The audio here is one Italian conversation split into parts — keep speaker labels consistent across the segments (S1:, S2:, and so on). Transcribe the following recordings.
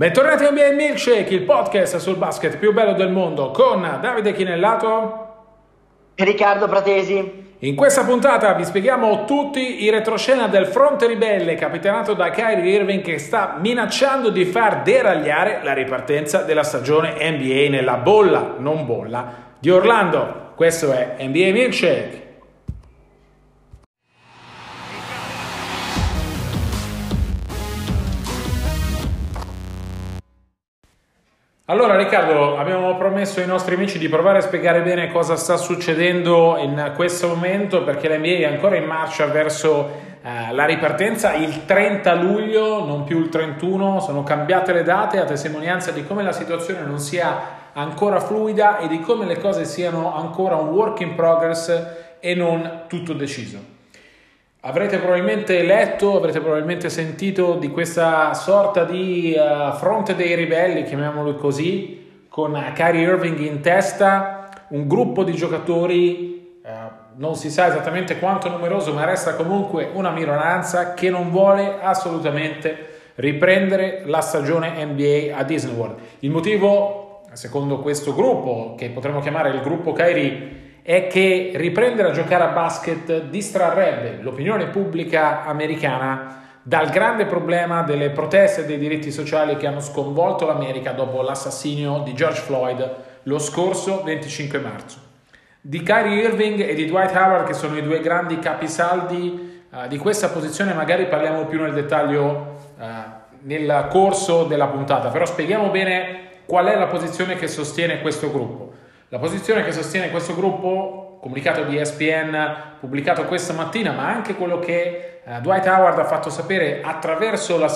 S1: Bentornati a NBA Milkshake, il podcast sul basket più bello del mondo con Davide Chinellato
S2: e Riccardo Pratesi.
S1: In questa puntata vi spieghiamo tutti i retroscena del fronte ribelle capitanato da Kyrie Irving che sta minacciando di far deragliare la ripartenza della stagione NBA nella bolla, non bolla, di Orlando. Questo è NBA Milkshake. Allora Riccardo, abbiamo promesso ai nostri amici di provare a spiegare bene cosa sta succedendo in questo momento perché l'NBA è ancora in marcia verso la ripartenza il 30 luglio, non più il 31, sono cambiate le date a testimonianza di come la situazione non sia ancora fluida e di come le cose siano ancora un work in progress e non tutto deciso. Avrete probabilmente letto, avrete probabilmente sentito di questa sorta di fronte dei ribelli, chiamiamolo così, con Kyrie Irving in testa, un gruppo di giocatori, non si sa esattamente quanto numeroso, ma resta comunque una minoranza che non vuole assolutamente riprendere la stagione NBA a Disney World. Il motivo, secondo questo gruppo, che potremmo chiamare il gruppo Kyrie, è che riprendere a giocare a basket distrarrebbe l'opinione pubblica americana dal grande problema delle proteste dei diritti sociali che hanno sconvolto l'America dopo l'assassinio di George Floyd lo scorso 25 marzo. Di Kyrie Irving e di Dwight Howard, che sono i due grandi capisaldi di questa posizione, magari parliamo più nel dettaglio nel corso della puntata, però spieghiamo bene qual è la posizione che sostiene questo gruppo. La posizione che sostiene questo gruppo, comunicato di ESPN pubblicato questa mattina, ma anche quello che Dwight Howard ha fatto sapere attraverso la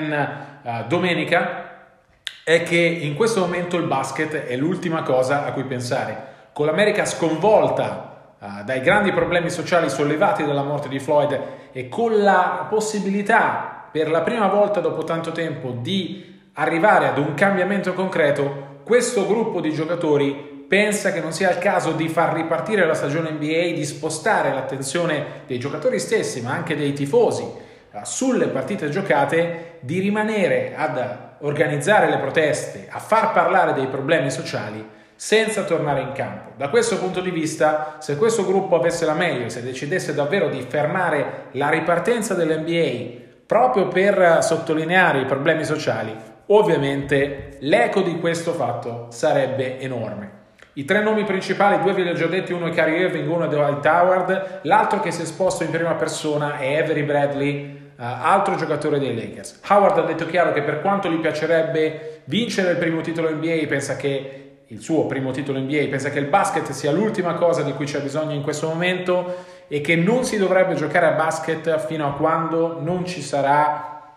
S1: CNN domenica, è che in questo momento il basket è l'ultima cosa a cui pensare. Con l'America sconvolta dai grandi problemi sociali sollevati dalla morte di Floyd e con la possibilità per la prima volta dopo tanto tempo di arrivare ad un cambiamento concreto, questo gruppo di giocatori pensa che non sia il caso di far ripartire la stagione NBA, di spostare l'attenzione dei giocatori stessi, ma anche dei tifosi, sulle partite giocate, di rimanere ad organizzare le proteste, a far parlare dei problemi sociali senza tornare in campo. Da questo punto di vista, se questo gruppo avesse la meglio, se decidesse davvero di fermare la ripartenza dell'NBA proprio per sottolineare i problemi sociali, ovviamente l'eco di questo fatto sarebbe enorme. I tre nomi principali, due ve li ho già detti, uno è Kyrie Irving, uno è Dwight Howard, l'altro che si è esposto in prima persona è Avery Bradley, altro giocatore dei Lakers. Howard ha detto chiaro che per quanto gli piacerebbe vincere il primo titolo NBA, pensa che il suo primo titolo NBA, pensa che il basket sia l'ultima cosa di cui c'è bisogno in questo momento e che non si dovrebbe giocare a basket fino a quando non ci sarà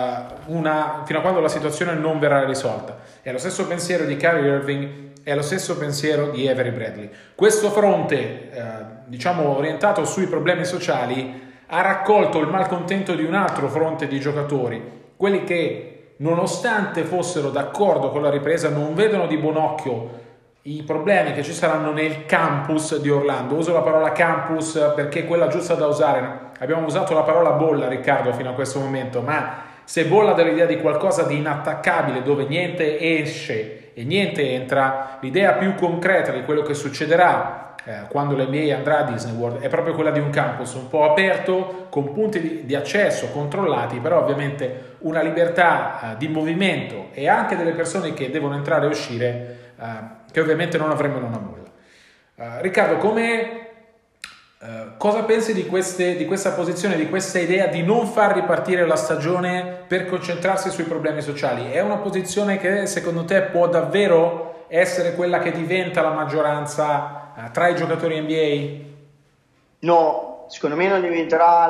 S1: fino a quando la situazione non verrà risolta. È lo stesso pensiero di Kyrie Irving, è lo stesso pensiero di Avery Bradley. Questo fronte, orientato sui problemi sociali, ha raccolto il malcontento di un altro fronte di giocatori, quelli che, nonostante fossero d'accordo con la ripresa, non vedono di buon occhio i problemi che ci saranno nel campus di Orlando. Uso la parola campus perché è quella giusta da usare. Abbiamo usato la parola bolla, Riccardo, fino a questo momento, ma se bolla dall'idea di qualcosa di inattaccabile dove niente esce e niente entra, l'idea più concreta di quello che succederà quando l'NBA andrà a Disney World è proprio quella di un campus un po' aperto, con punti di accesso controllati, però ovviamente una libertà di movimento e anche delle persone che devono entrare e uscire che ovviamente non avremmo in una bolla. Riccardo, cosa pensi di questa posizione, di questa idea di non far ripartire la stagione per concentrarsi sui problemi sociali? È una posizione che secondo te può davvero essere quella che diventa la maggioranza tra i giocatori NBA?
S2: No, secondo me non diventerà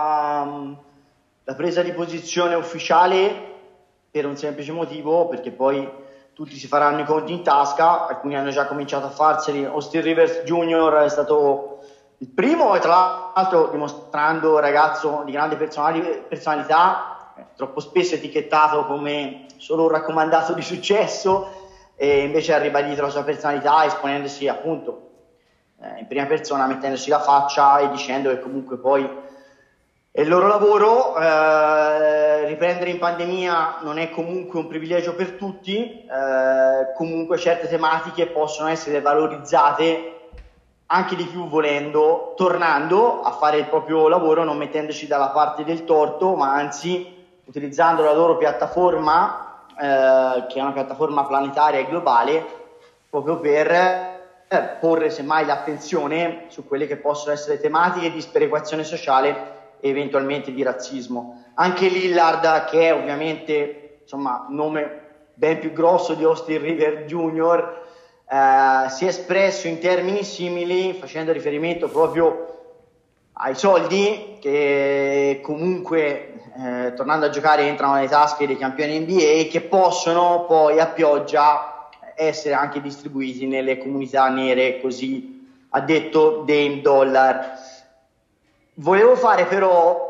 S2: la presa di posizione ufficiale per un semplice motivo, perché poi tutti si faranno i conti in tasca, alcuni hanno già cominciato a farseli. Austin Rivers Jr. è stato il primo e tra l'altro dimostrando ragazzo di grande personalità, troppo spesso etichettato come solo un raccomandato di successo, e invece ha ribadito la sua personalità esponendosi appunto in prima persona, mettendosi la faccia e dicendo che comunque poi e il loro lavoro. Riprendere in pandemia non è comunque un privilegio per tutti, comunque certe tematiche possono essere valorizzate anche di più volendo, tornando a fare il proprio lavoro, non mettendoci dalla parte del torto, ma anzi utilizzando la loro piattaforma, che è una piattaforma planetaria e globale, proprio per porre semmai l'attenzione su quelle che possono essere tematiche di sperequazione sociale e eventualmente di razzismo. Anche Lillard, che è ovviamente insomma un nome ben più grosso di Austin Rivers Jr., si è espresso in termini simili, facendo riferimento proprio ai soldi che comunque tornando a giocare entrano nelle tasche dei campioni NBA, che possono poi a pioggia essere anche distribuiti nelle comunità nere, così ha detto Dame Dollar. Volevo fare però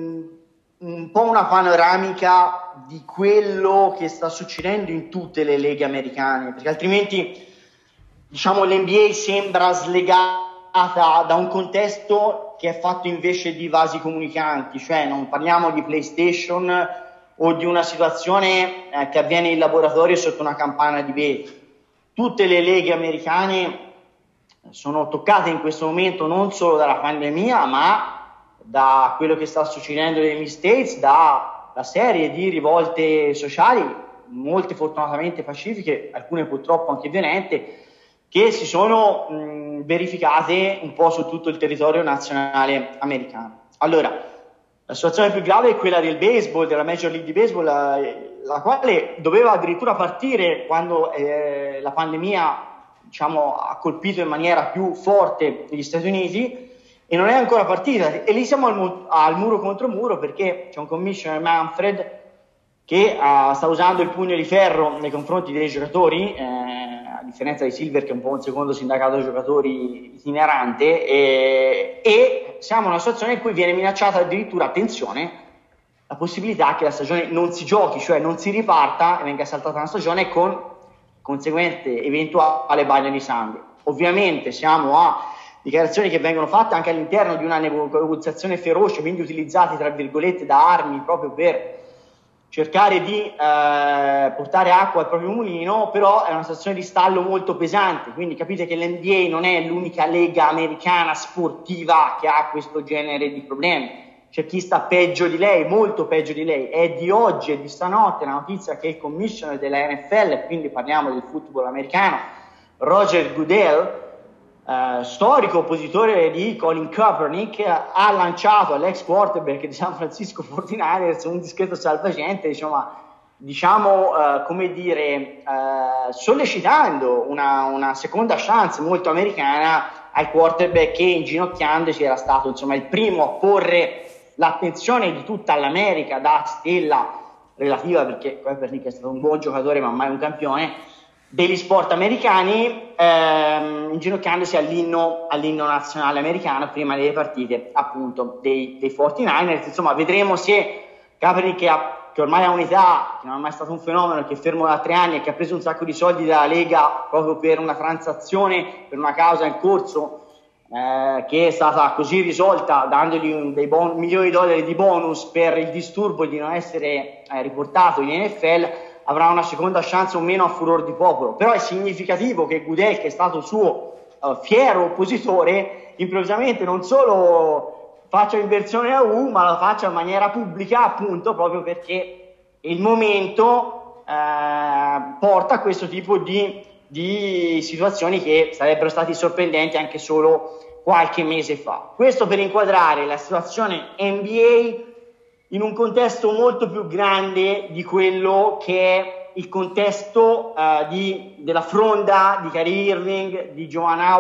S2: un po' una panoramica di quello che sta succedendo in tutte le leghe americane, perché altrimenti diciamo l'NBA sembra slegata da un contesto che è fatto invece di vasi comunicanti, cioè non parliamo di PlayStation o di una situazione che avviene in laboratorio sotto una campana di vetro. Tutte le leghe americane sono toccate in questo momento non solo dalla pandemia, ma da quello che sta succedendo negli States, da la serie di rivolte sociali, molte fortunatamente pacifiche, alcune purtroppo anche violente, che si sono verificate un po' su tutto il territorio nazionale americano. Allora, la situazione più grave è quella del baseball, della Major League di Baseball, la quale doveva addirittura partire quando la pandemia, diciamo, ha colpito in maniera più forte gli Stati Uniti, e non è ancora partita. E lì siamo al muro contro muro, perché c'è un commissioner, Manfred, che sta usando il pugno di ferro nei confronti dei giocatori, a differenza di Silver, che è un po' un secondo sindacato dei giocatori itinerante, e siamo in una situazione in cui viene minacciata addirittura, attenzione, la possibilità che la stagione non si giochi, cioè non si riparta e venga saltata una stagione con conseguente eventuale bagno di sangue. Ovviamente siamo a dichiarazioni che vengono fatte anche all'interno di una negoziazione feroce, quindi utilizzati tra virgolette da armi proprio per cercare di portare acqua al proprio mulino, però è una situazione di stallo molto pesante, quindi capite che l'NBA non è l'unica lega americana sportiva che ha questo genere di problemi. C'è chi sta peggio di lei, molto peggio di lei. È di oggi e di stanotte la notizia che il commissioner della NFL, quindi parliamo del football americano, Roger Goodell, storico oppositore di Colin Kaepernick, ha lanciato all'ex quarterback di San Francisco 49ers un discreto salvagente, diciamo come dire, sollecitando una seconda chance molto americana al quarterback che, inginocchiandosi, era stato insomma il primo a porre l'attenzione di tutta l'America, da stella relativa, perché Kaepernick è stato un buon giocatore ma mai un campione degli sport americani, inginocchiandosi all'inno nazionale americano prima delle partite appunto dei 49ers. Insomma, vedremo se Kaepernick, che ormai ha un'età, che non è mai stato un fenomeno, che è fermo da 3 anni e che ha preso un sacco di soldi dalla Lega proprio per una transazione, per una causa in corso, che è stata così risolta dandogli milioni di dollari di bonus per il disturbo di non essere riportato in NFL, avrà una seconda chance o meno a furor di popolo. Però è significativo che Goodell, che è stato suo fiero oppositore, improvvisamente non solo faccia inversione a U, ma la faccia in maniera pubblica, appunto proprio perché il momento porta a questo tipo di situazioni che sarebbero stati sorprendenti anche solo qualche mese fa. Questo per inquadrare la situazione NBA in un contesto molto più grande di quello che è il contesto della fronda di Kyrie Irving, di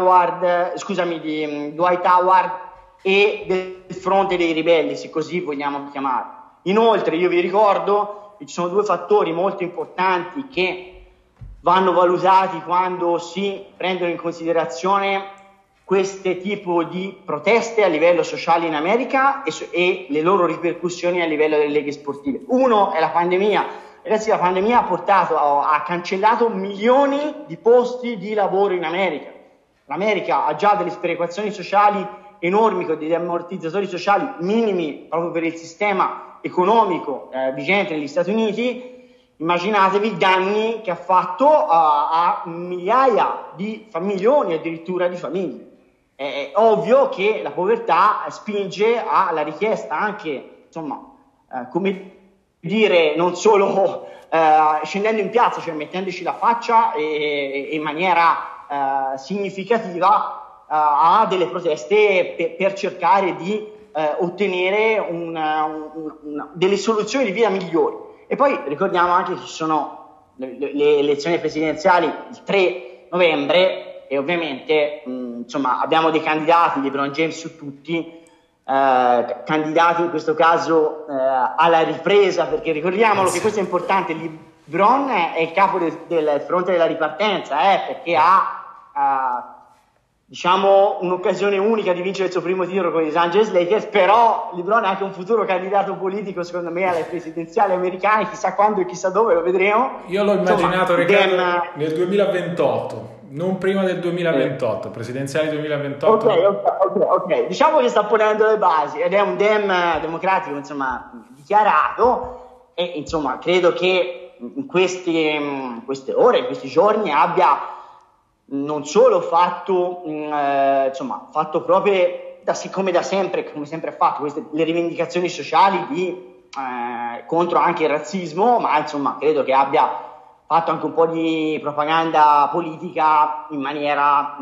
S2: di Dwight Howard e del fronte dei ribelli, se così vogliamo chiamare. Inoltre io vi ricordo che ci sono 2 fattori molto importanti che vanno valutati quando si prendono in considerazione queste tipo di proteste a livello sociale in America e le loro ripercussioni a livello delle leghe sportive. Uno è la pandemia. Ragazzi, la pandemia ha cancellato milioni di posti di lavoro in America. L'America ha già delle sperequazioni sociali enormi con degli ammortizzatori sociali minimi proprio per il sistema economico vigente negli Stati Uniti, immaginatevi i danni che ha fatto a migliaia di milioni addirittura di famiglie. È ovvio che la povertà spinge alla richiesta anche, insomma, come dire, non solo scendendo in piazza, cioè mettendoci la faccia in maniera significativa a delle proteste per cercare di ottenere delle soluzioni di vita migliori. E poi ricordiamo anche che ci sono le elezioni presidenziali il 3 novembre e ovviamente insomma abbiamo dei candidati, LeBron James su tutti, candidati in questo caso alla ripresa, perché ricordiamolo che questo è importante, LeBron è il capo del fronte della ripartenza, perché ha diciamo un'occasione unica di vincere il suo primo titolo con i Los Angeles Lakers, però LeBron è anche un futuro candidato politico secondo me alle presidenziali americane, chissà quando e chissà dove, lo vedremo.
S1: Io l'ho immaginato nel 2028, non prima del 2028, presidenziali 2028.
S2: Ok, diciamo che sta ponendo le basi ed è un democratico insomma dichiarato, e insomma credo che in queste ore, in questi giorni abbia non solo fatto proprio come sempre ha fatto le rivendicazioni sociali contro anche il razzismo, ma insomma credo che abbia fatto anche un po' di propaganda politica in maniera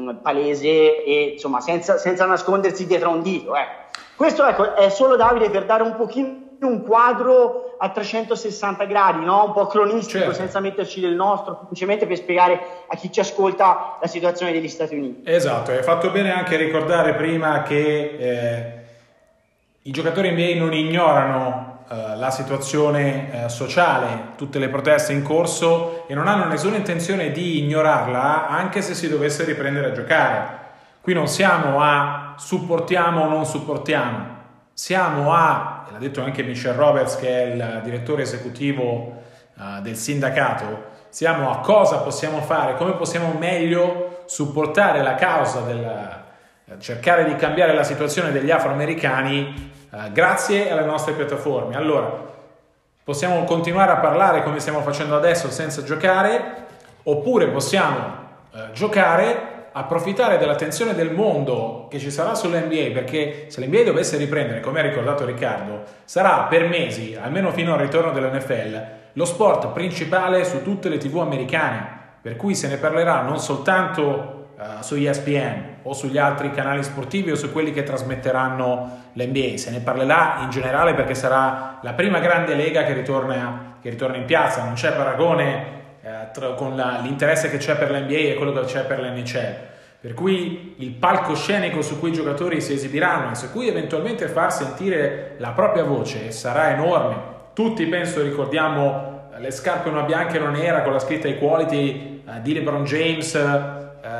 S2: palese e insomma senza nascondersi dietro a un dito. Questo è solo, Davide, per dare un pochino un quadro a 360 gradi, no? Un po' cronistico, certo, senza metterci del nostro, semplicemente per spiegare a chi ci ascolta la situazione degli Stati Uniti.
S1: Esatto, hai fatto bene anche a ricordare prima che i giocatori NBA non ignorano la situazione sociale, tutte le proteste in corso, e non hanno nessuna intenzione di ignorarla anche se si dovesse riprendere a giocare. Qui non siamo a supportiamo o non supportiamo, siamo a, l'ha detto anche Michelle Roberts che è il direttore esecutivo del sindacato, siamo a cosa possiamo fare, come possiamo meglio supportare la causa cercare di cambiare la situazione degli afroamericani grazie alle nostre piattaforme. Allora, possiamo continuare a parlare come stiamo facendo adesso senza giocare, oppure possiamo giocare, approfittare dell'attenzione del mondo che ci sarà sull'NBA, perché se l'NBA dovesse riprendere, come ha ricordato Riccardo, sarà per mesi, almeno fino al ritorno dell'NFL, lo sport principale su tutte le TV americane, per cui se ne parlerà non soltanto su ESPN o sugli altri canali sportivi o su quelli che trasmetteranno l'NBA, se ne parlerà in generale perché sarà la prima grande lega che ritorna in piazza, non c'è paragone con l'interesse che c'è per l'NBA e quello che c'è per l'NCL, per cui il palcoscenico su cui i giocatori si esibiranno e su cui eventualmente far sentire la propria voce sarà enorme. Tutti penso ricordiamo le scarpe una bianca e una nera con la scritta Equality di LeBron James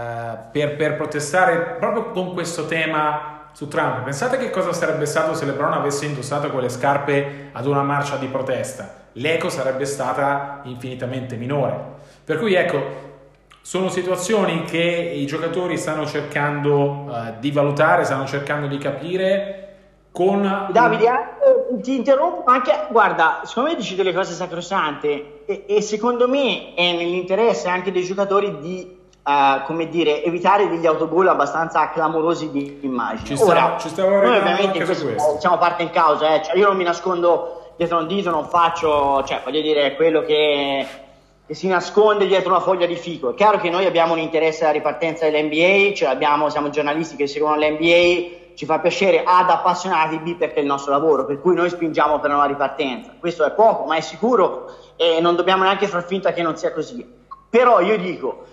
S1: per protestare proprio con questo tema su Trump. Pensate che cosa sarebbe stato se LeBron avesse indossato quelle scarpe ad una marcia di protesta? L'eco sarebbe stata infinitamente minore. Per cui ecco, sono situazioni che i giocatori stanno cercando di valutare, stanno cercando di capire con...
S2: Davide, ti interrompo anche, guarda, secondo me dici delle cose sacrosante e secondo me è nell'interesse anche dei giocatori di come dire, evitare degli autogol abbastanza clamorosi di immagine.
S1: Ci stavo arrivando anche su questo.
S2: Siamo parte in causa, cioè io non mi nascondo dietro un dito, non faccio, cioè voglio dire, quello che si nasconde dietro una foglia di fico. È chiaro che noi abbiamo un interesse alla ripartenza dell'NBA, siamo giornalisti che seguono l'NBA, ci fa piacere ad appassionati, B perché è il nostro lavoro, per cui noi spingiamo per una ripartenza. Questo è poco, ma è sicuro e non dobbiamo neanche far finta che non sia così. Però io dico,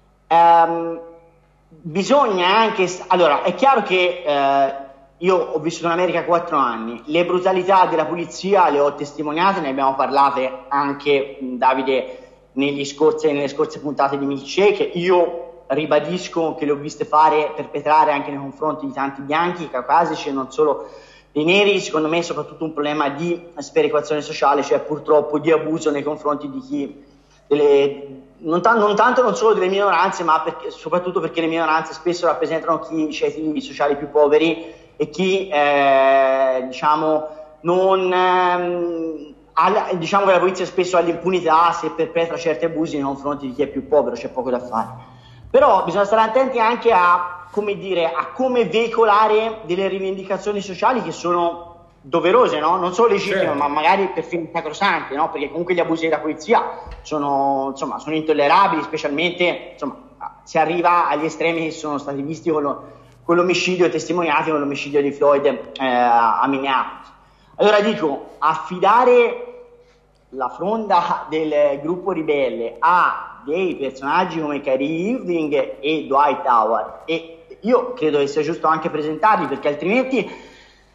S2: bisogna anche, allora è chiaro che io ho vissuto in America 4 anni, le brutalità della polizia le ho testimoniate, ne abbiamo parlate anche, Davide, nelle scorse puntate di Milkshake. Io ribadisco che le ho viste perpetrare anche nei confronti di tanti bianchi, caucasici e non solo dei neri. Secondo me è soprattutto un problema di sperequazione sociale, cioè purtroppo di abuso nei confronti di chi non solo delle minoranze, ma soprattutto perché le minoranze spesso rappresentano chi ceti sociali più poveri e chi diciamo non diciamo che la polizia spesso ha l'impunità se perpetra certi abusi nei confronti di chi è più povero, c'è poco da fare. Però bisogna stare attenti anche a come veicolare delle rivendicazioni sociali che sono doverose, no? Non solo legittime, certo, ma magari perfino sacrosante, no? Perché comunque gli abusi della polizia sono intollerabili, specialmente si arriva agli estremi che sono stati visti con l'omicidio testimoniati, con l'omicidio di Floyd a Minneapolis. Allora dico, affidare la fronda del gruppo ribelle a dei personaggi come Kyrie Irving e Dwight Howard, e io credo che sia giusto anche presentarli, perché altrimenti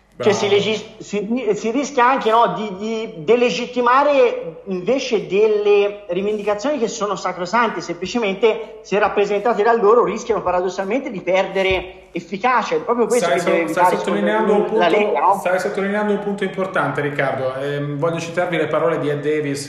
S2: si rischia anche, no, di delegittimare invece delle rivendicazioni che sono sacrosante, semplicemente se rappresentate da loro rischiano paradossalmente di perdere efficacia. È proprio questo che deve evitare la Lega, no?
S1: Stai sottolineando un punto importante, Riccardo. Voglio citarvi le parole di Ed Davis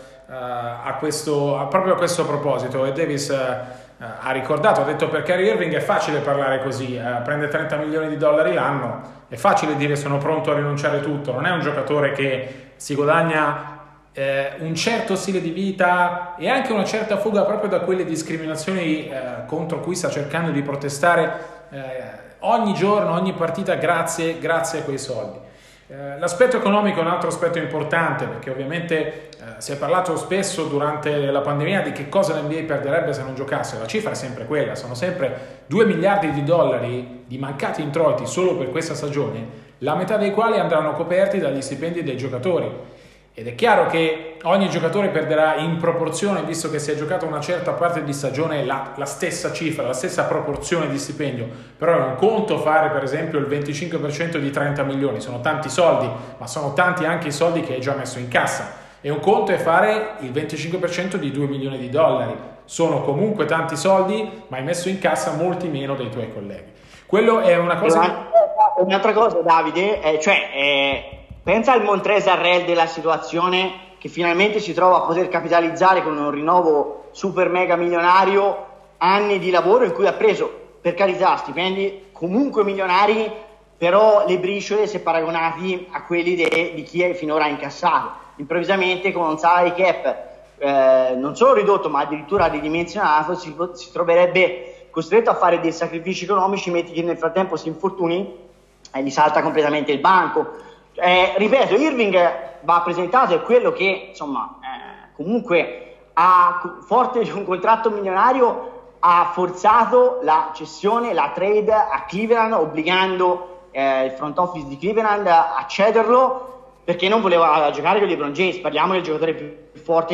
S1: proprio a questo proposito. Ed Davis ha ricordato, ha detto: per Kyrie Irving è facile parlare così, prende $30 milioni l'anno, è facile dire sono pronto a rinunciare tutto, non è un giocatore che si guadagna un certo stile di vita e anche una certa fuga proprio da quelle discriminazioni contro cui sta cercando di protestare ogni giorno, ogni partita, grazie a quei soldi. L'aspetto economico è un altro aspetto importante, perché ovviamente si è parlato spesso durante la pandemia di che cosa l'NBA perderebbe se non giocasse. La cifra è sempre quella, sono sempre $2 miliardi di mancati introiti solo per questa stagione, la metà dei quali andranno coperti dagli stipendi dei giocatori. Ed è chiaro che ogni giocatore perderà in proporzione, visto che si è giocato una certa parte di stagione, la stessa cifra, la stessa proporzione di stipendio. Però è un conto fare per esempio il 25% di 30 milioni, sono tanti soldi, ma sono tanti anche i soldi che hai già messo in cassa. E un conto è fare il 25% di $2 milioni, sono comunque tanti soldi, ma hai messo in cassa molti meno dei tuoi colleghi. Quello è una cosa...
S2: Un'altra cosa, Davide, pensa al Montrezl Harrell della situazione, che finalmente si trova a poter capitalizzare con un rinnovo super mega milionario, anni di lavoro in cui ha preso, per carità, stipendi comunque milionari, però le briciole se paragonati a quelli di chi finora ha incassato. Improvvisamente con un salary cap non solo ridotto ma addirittura ridimensionato, si troverebbe costretto a fare dei sacrifici economici, metti che nel frattempo si infortuni e gli salta completamente il banco. Ripeto, Irving va presentato, è quello che comunque forte di un contratto milionario ha forzato la cessione, la trade a Cleveland, obbligando il front office di Cleveland a cederlo perché non voleva giocare con LeBron James. Parliamo del giocatore più forte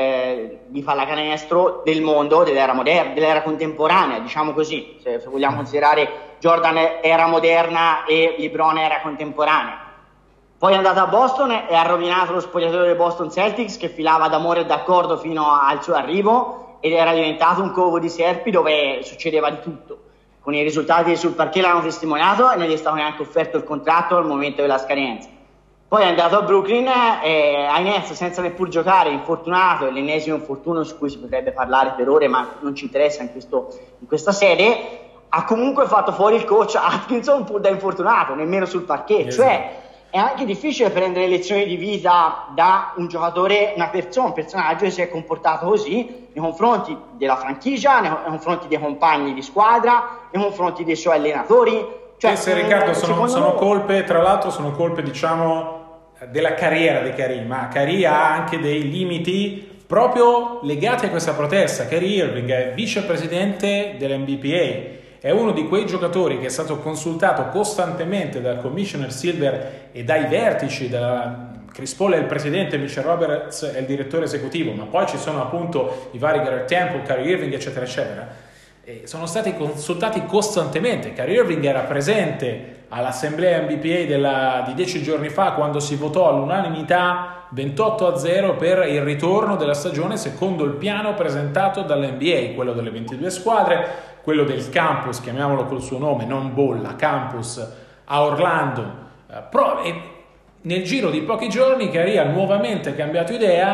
S2: di pallacanestro del mondo, dell'era moderna, dell'era contemporanea, diciamo così, se vogliamo considerare Jordan era moderna e LeBron era contemporanea. Poi è andato a Boston e ha rovinato lo spogliatoio dei Boston Celtics, che filava d'amore e d'accordo fino al suo arrivo, ed era diventato un covo di serpi dove succedeva di tutto. Con i risultati sul parquet l'hanno testimoniato e non gli è stato neanche offerto il contratto al momento della scadenza. Poi è andato a Brooklyn ai Nets senza neppur giocare, infortunato, è l'ennesimo infortunio su cui si potrebbe parlare per ore, ma non ci interessa in questa sede. Ha comunque fatto fuori il coach Atkinson pur da infortunato, nemmeno sul parquet. Esatto. Cioè è anche difficile prendere lezioni di vita da un giocatore, un personaggio che si è comportato così nei confronti della franchigia, nei confronti dei compagni di squadra, nei confronti dei suoi allenatori.
S1: Queste, Riccardo, sono colpe, tra l'altro sono colpe, diciamo, della carriera di Kyrie, ma Kyrie ha anche dei limiti proprio legati a questa protesta. Kyrie Irving è vicepresidente dell'NBPA, è uno di quei giocatori che è stato consultato costantemente dal commissioner Silver e dai vertici, Chris Paul è il presidente, Mitchell Roberts è il direttore esecutivo, ma poi ci sono appunto i vari Garrett Temple, Kyrie Irving, eccetera, eccetera. E sono stati consultati costantemente. Kyrie Irving era presente all'assemblea NBPA di 10 giorni fa, quando si votò all'unanimità 28-0 per il ritorno della stagione secondo il piano presentato dall'NBA, quello delle 22 squadre, quello del campus, chiamiamolo col suo nome, non bolla, campus a Orlando. E nel giro di pochi giorni Kyrie ha nuovamente cambiato idea,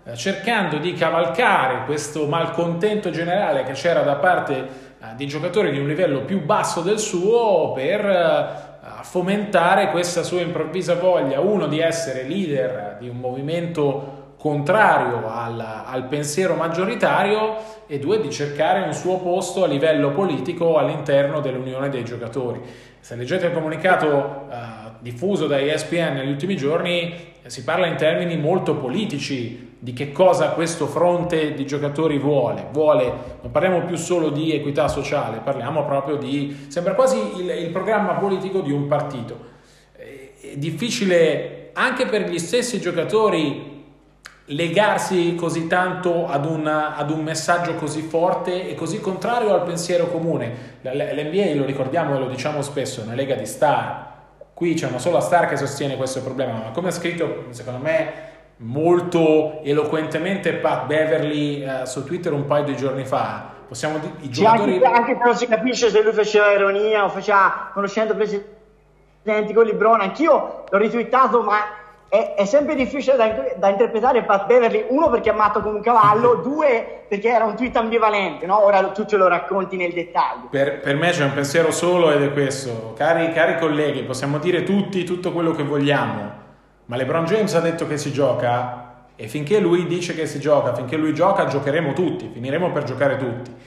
S1: cercando di cavalcare questo malcontento generale che c'era da parte di giocatori di un livello più basso del suo per fomentare questa sua improvvisa voglia, uno, di essere leader di un movimento contrario al pensiero maggioritario, e due, di cercare un suo posto a livello politico all'interno dell'unione dei giocatori. Se leggete il comunicato diffuso da ESPN negli ultimi giorni, si parla in termini molto politici di che cosa questo fronte di giocatori vuole. Non parliamo più solo di equità sociale, parliamo proprio di, sembra quasi il programma politico di un partito. È difficile anche per gli stessi giocatori legarsi così tanto ad un messaggio così forte e così contrario al pensiero comune. L'NBA, lo ricordiamo e lo diciamo spesso, è una lega di star. Qui c'è una sola star che sostiene questo problema, ma come ha scritto, secondo me, molto eloquentemente Pat Beverly su Twitter un paio di giorni fa, possiamo dire, i giocatori...
S2: anche se non si capisce se lui faceva ironia o faceva conoscendo presidenti con LeBron, anch'io l'ho ritwittato, ma è sempre difficile da interpretare Pat Beverly, uno perché è matto come un cavallo, due perché era un tweet ambivalente, no? Ora tu ce lo racconti nel dettaglio.
S1: Per me c'è un pensiero solo, ed è questo: cari colleghi, possiamo dire tutti tutto quello che vogliamo, ma LeBron James ha detto che si gioca, e finché lui dice che si gioca, finché lui gioca, giocheremo tutti, finiremo per giocare tutti.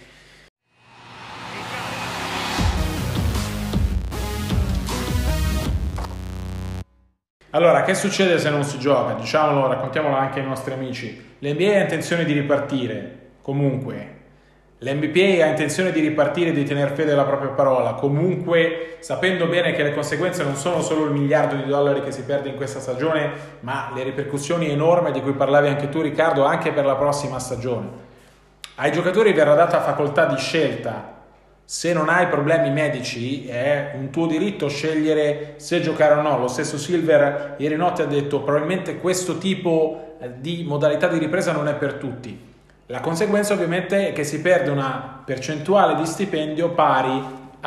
S1: Allora, che succede se non si gioca? Diciamolo, raccontiamolo anche ai nostri amici. L'NBA ha intenzione di ripartire, comunque. L'NBA ha intenzione di ripartire e di tener fede alla propria parola, comunque, sapendo bene che le conseguenze non sono solo il miliardo di dollari che si perde in questa stagione, ma le ripercussioni enormi di cui parlavi anche tu, Riccardo, anche per la prossima stagione. Ai giocatori verrà data facoltà di scelta. Se non hai problemi medici è un tuo diritto scegliere se giocare o no. Lo stesso Silver ieri notte ha detto probabilmente questo tipo di modalità di ripresa non è per tutti. La conseguenza ovviamente è che si perde una percentuale di stipendio pari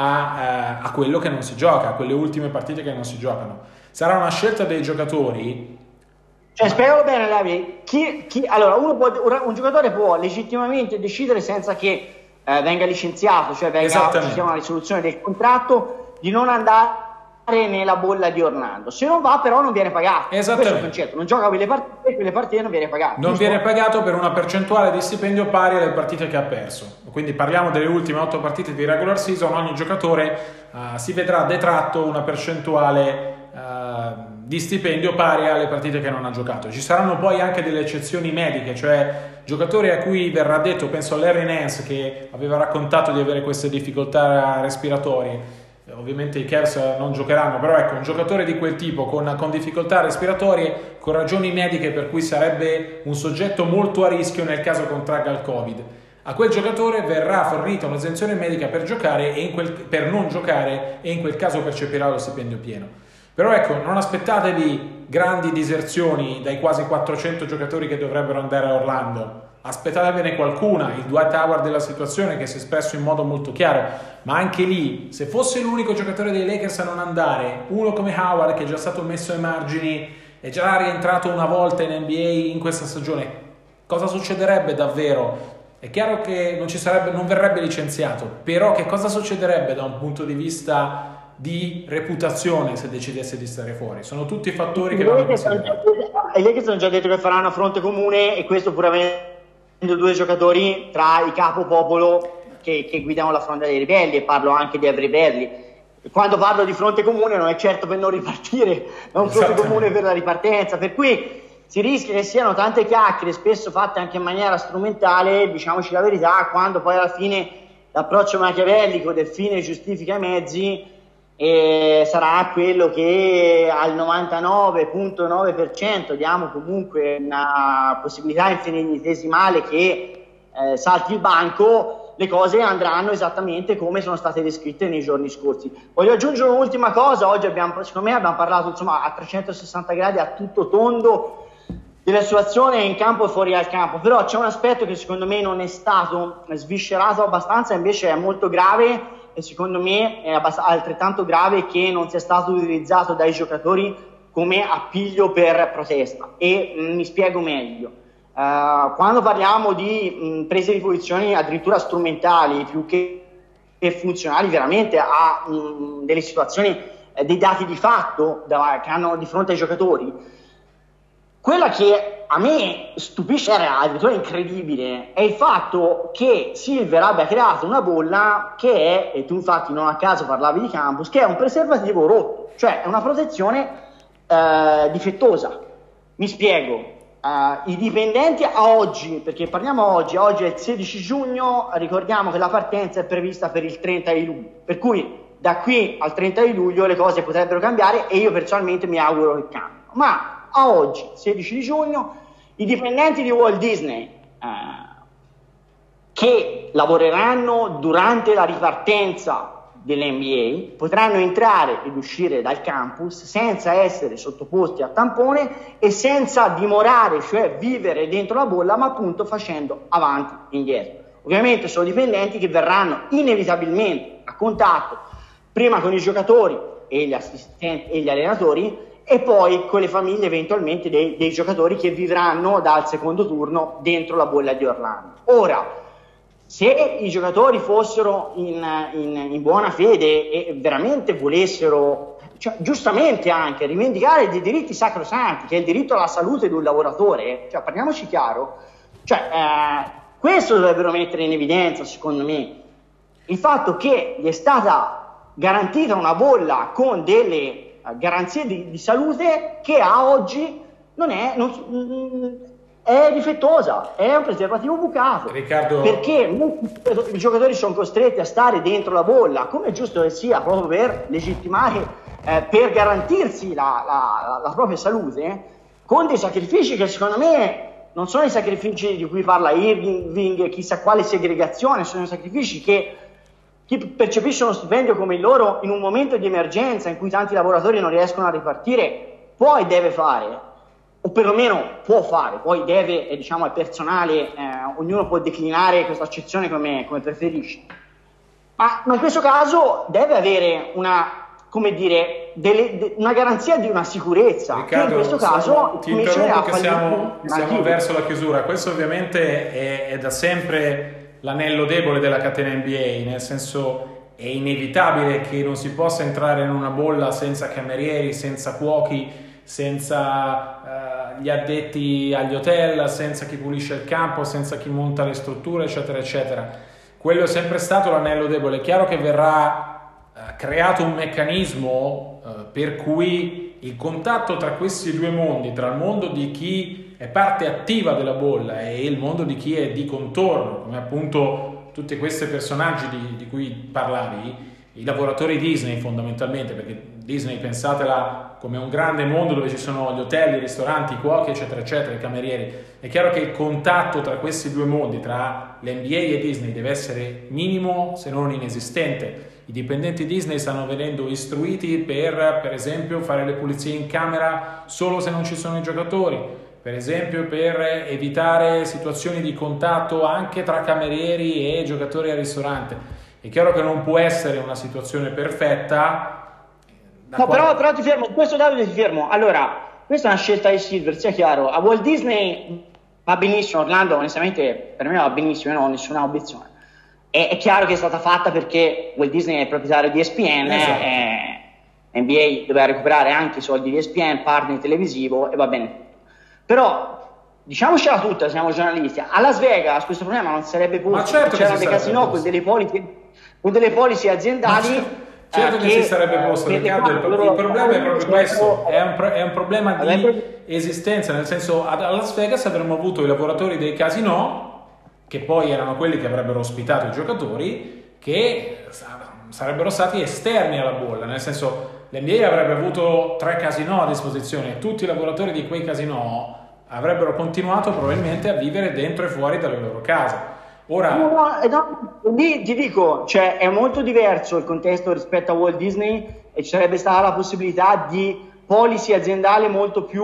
S1: a quello che non si gioca, a quelle ultime partite che non si giocano. Sarà una scelta dei giocatori.
S2: Cioè, spiegalo bene, Davide. Allora, un giocatore può legittimamente decidere senza che venga licenziato, cioè ci sia una risoluzione del contratto, di non andare nella bolla di Orlando. Se non va, però, non viene pagato. Questo è il concetto: non gioca quelle partite non viene pagato.
S1: Non viene pagato per una percentuale di stipendio pari alle partite che ha perso. Quindi parliamo delle ultime 8 partite di regular season. Ogni giocatore si vedrà detratto una percentuale di stipendio pari alle partite che non ha giocato. Ci saranno poi anche delle eccezioni mediche, cioè giocatori a cui verrà detto, penso a Larry Nance che aveva raccontato di avere queste difficoltà respiratorie. Ovviamente i Cavs non giocheranno, però ecco, un giocatore di quel tipo con difficoltà respiratorie, con ragioni mediche per cui sarebbe un soggetto molto a rischio nel caso contragga il Covid, a quel giocatore verrà fornita un'esenzione medica per giocare per non giocare, e in quel caso percepirà lo stipendio pieno. Però ecco, non aspettatevi grandi diserzioni dai quasi 400 giocatori che dovrebbero andare a Orlando. Aspettatevene qualcuna, il Dwight Howard della situazione che si è espresso in modo molto chiaro, ma anche lì, se fosse l'unico giocatore dei Lakers a non andare, uno come Howard che è già stato messo ai margini, è già rientrato una volta in NBA in questa stagione, cosa succederebbe davvero? È chiaro che non verrebbe licenziato, però che cosa succederebbe da un punto di vista di reputazione se decidesse di stare fuori? Sono tutti fattori che vanno considerati.
S2: I Lakers hanno già detto che faranno a fronte comune, e questo pur avendo 2 giocatori tra i capopopolo che guidano la fronda dei ribelli, e parlo anche di Avery Bradley. Quando parlo di fronte comune non è certo per non ripartire, ma un fronte comune per la ripartenza, per cui si rischia che siano tante chiacchiere, spesso fatte anche in maniera strumentale, diciamoci la verità, quando poi alla fine l'approccio machiavellico del fine giustifica i mezzi sarà quello che al 99,9% diamo comunque una possibilità infinitesimale che salti il banco. Le cose andranno esattamente come sono state descritte nei giorni scorsi. Voglio aggiungere un'ultima cosa: oggi secondo me abbiamo parlato a 360 gradi, a tutto tondo, della situazione in campo e fuori dal campo, però c'è un aspetto che secondo me non è stato sviscerato abbastanza, invece è molto grave, e secondo me è altrettanto grave che non sia stato utilizzato dai giocatori come appiglio per protesta. E mi spiego meglio. quando parliamo di prese di posizioni addirittura strumentali più che funzionali veramente a delle situazioni, dei dati di fatto che hanno di fronte ai giocatori, quella che a me stupisce, era addirittura incredibile, è il fatto che Silver abbia creato una bolla che è, e tu infatti non a caso parlavi di campus, che è un preservativo rotto, cioè è una protezione difettosa. Mi spiego. I dipendenti a oggi, perché parliamo oggi è il 16 giugno, ricordiamo che la partenza è prevista per il 30 di luglio, per cui da qui al 30 di luglio le cose potrebbero cambiare e io personalmente mi auguro che cambino. Ma a oggi, 16 di giugno, i dipendenti di Walt Disney che lavoreranno durante la ripartenza dell'NBA potranno entrare ed uscire dal campus senza essere sottoposti a tampone e senza dimorare, cioè vivere dentro la bolla, ma appunto facendo avanti e indietro. Ovviamente sono dipendenti che verranno inevitabilmente a contatto prima con i giocatori e gli assistenti e gli allenatori e poi con le famiglie eventualmente dei giocatori che vivranno dal secondo turno dentro la bolla di Orlando. Ora, se i giocatori fossero in buona fede e veramente volessero, cioè, giustamente anche rivendicare dei diritti sacrosanti, che è il diritto alla salute di un lavoratore, cioè, parliamoci chiaro, cioè, questo dovrebbero mettere in evidenza, secondo me, il fatto che gli è stata garantita una bolla con delle garanzie di salute che a oggi è difettosa, è un preservativo bucato.
S1: Riccardo,
S2: perché i giocatori sono costretti a stare dentro la bolla, come è giusto che sia, proprio per legittimare, per garantirsi la propria salute, con dei sacrifici che secondo me non sono i sacrifici di cui parla Irving, chissà quale segregazione, sono i sacrifici che chi percepisce uno stipendio come il loro in un momento di emergenza in cui tanti lavoratori non riescono a ripartire può e deve fare, o perlomeno può fare, poi deve, diciamo, è personale, ognuno può declinare questa accezione come preferisce, ma in questo caso deve avere una, come dire, una garanzia di una sicurezza.
S1: Riccardo,
S2: che in questo caso
S1: ti interrompo che siamo verso la chiusura. Questo ovviamente è da sempre l'anello debole della catena NBA, nel senso è inevitabile che non si possa entrare in una bolla senza camerieri, senza cuochi, senza gli addetti agli hotel, senza chi pulisce il campo, senza chi monta le strutture, eccetera, eccetera. Quello è sempre stato l'anello debole. È chiaro che verrà creato un meccanismo per cui il contatto tra questi due mondi, tra il mondo di chi è parte attiva della bolla e il mondo di chi è di contorno, come appunto tutti questi personaggi di cui parlavi, i lavoratori Disney fondamentalmente, perché Disney pensatela come un grande mondo dove ci sono gli hotel, i ristoranti, i cuochi, eccetera, eccetera, i camerieri. È chiaro che il contatto tra questi due mondi, tra l'NBA e Disney, deve essere minimo se non inesistente. I dipendenti Disney stanno venendo istruiti per esempio, fare le pulizie in camera solo se non ci sono i giocatori, per esempio per evitare situazioni di contatto anche tra camerieri e giocatori al ristorante. È chiaro che non può essere una situazione perfetta.
S2: No, però ti fermo, questo Davide ti fermo. Allora, questa è una scelta di Silver, sia chiaro. A Walt Disney va benissimo, Orlando onestamente per me va benissimo, io non ho nessuna obiezione. È chiaro che è stata fatta perché Walt Disney è proprietario di ESPN,
S1: esatto.
S2: NBA doveva recuperare anche i soldi di ESPN, partner televisivo e va bene tutto. Però diciamocela tutta, siamo giornalisti, a Las Vegas questo problema non sarebbe posto,
S1: certo,
S2: c'erano dei casinò con delle policy aziendali.
S1: Certo che si sarebbe posto, Riccardo, il problema è proprio questo, è un problema di esistenza, nel senso a Las Vegas avremmo avuto i lavoratori dei casinò, che poi erano quelli che avrebbero ospitato i giocatori, che sarebbero stati esterni alla bolla, nel senso l'NBA avrebbe avuto 3 casinò a disposizione e tutti i lavoratori di quei casinò avrebbero continuato probabilmente a vivere dentro e fuori dalle loro case. Ora,
S2: lì ti dico, cioè è molto diverso il contesto rispetto a Walt Disney e ci sarebbe stata la possibilità di policy aziendale molto più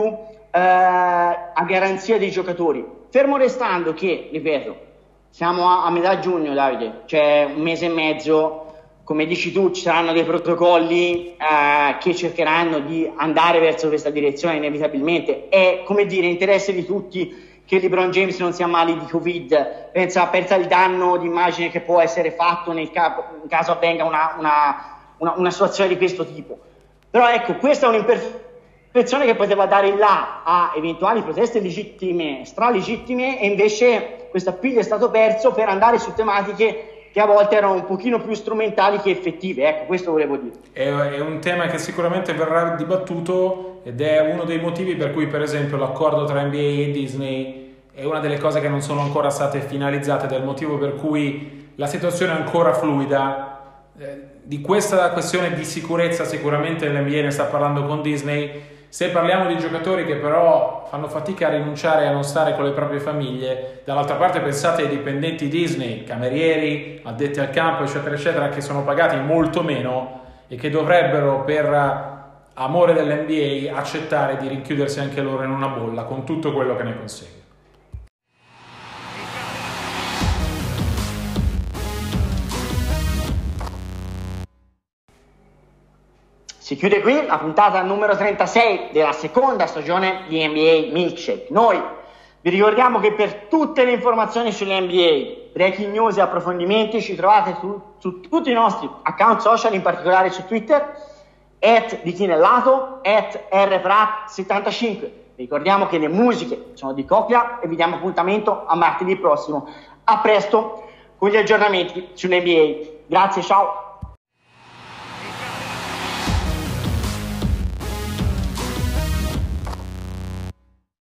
S2: a garanzia dei giocatori, fermo restando che, ripeto, siamo a metà giugno, Davide, c'è un mese e mezzo, come dici tu ci saranno dei protocolli che cercheranno di andare verso questa direzione inevitabilmente. È, come dire, interesse di tutti che LeBron James non si ammali di Covid, pensa al danno di immagine che può essere fatto in caso avvenga una situazione di questo tipo. Però ecco, questa è un'imperfezione che poteva dare il là a eventuali proteste legittime, stralegittime, e invece questo appiglio è stato perso per andare su tematiche che a volte erano un pochino più strumentali che effettive. Ecco, questo volevo dire.
S1: È un tema che sicuramente verrà dibattuto ed è uno dei motivi per cui, per esempio, l'accordo tra NBA e Disney è una delle cose che non sono ancora state finalizzate, del motivo per cui la situazione è ancora fluida. Di questa questione di sicurezza sicuramente l'NBA ne sta parlando con Disney. Se parliamo di giocatori che però fanno fatica a rinunciare a non stare con le proprie famiglie, dall'altra parte pensate ai dipendenti Disney, camerieri, addetti al campo, eccetera, eccetera, che sono pagati molto meno e che dovrebbero, per amore dell'NBA, accettare di rinchiudersi anche loro in una bolla, con tutto quello che ne consegue.
S2: Si chiude qui la puntata numero 36 della seconda stagione di NBA Milkshake. Noi vi ricordiamo che per tutte le informazioni sull'NBA, breaking news e approfondimenti ci trovate su tutti i nostri account social, in particolare su Twitter, @dichinellato, @rprat75. Ricordiamo che le musiche sono di Copia e vi diamo appuntamento a martedì prossimo. A presto con gli aggiornamenti sull'NBA. Grazie, ciao!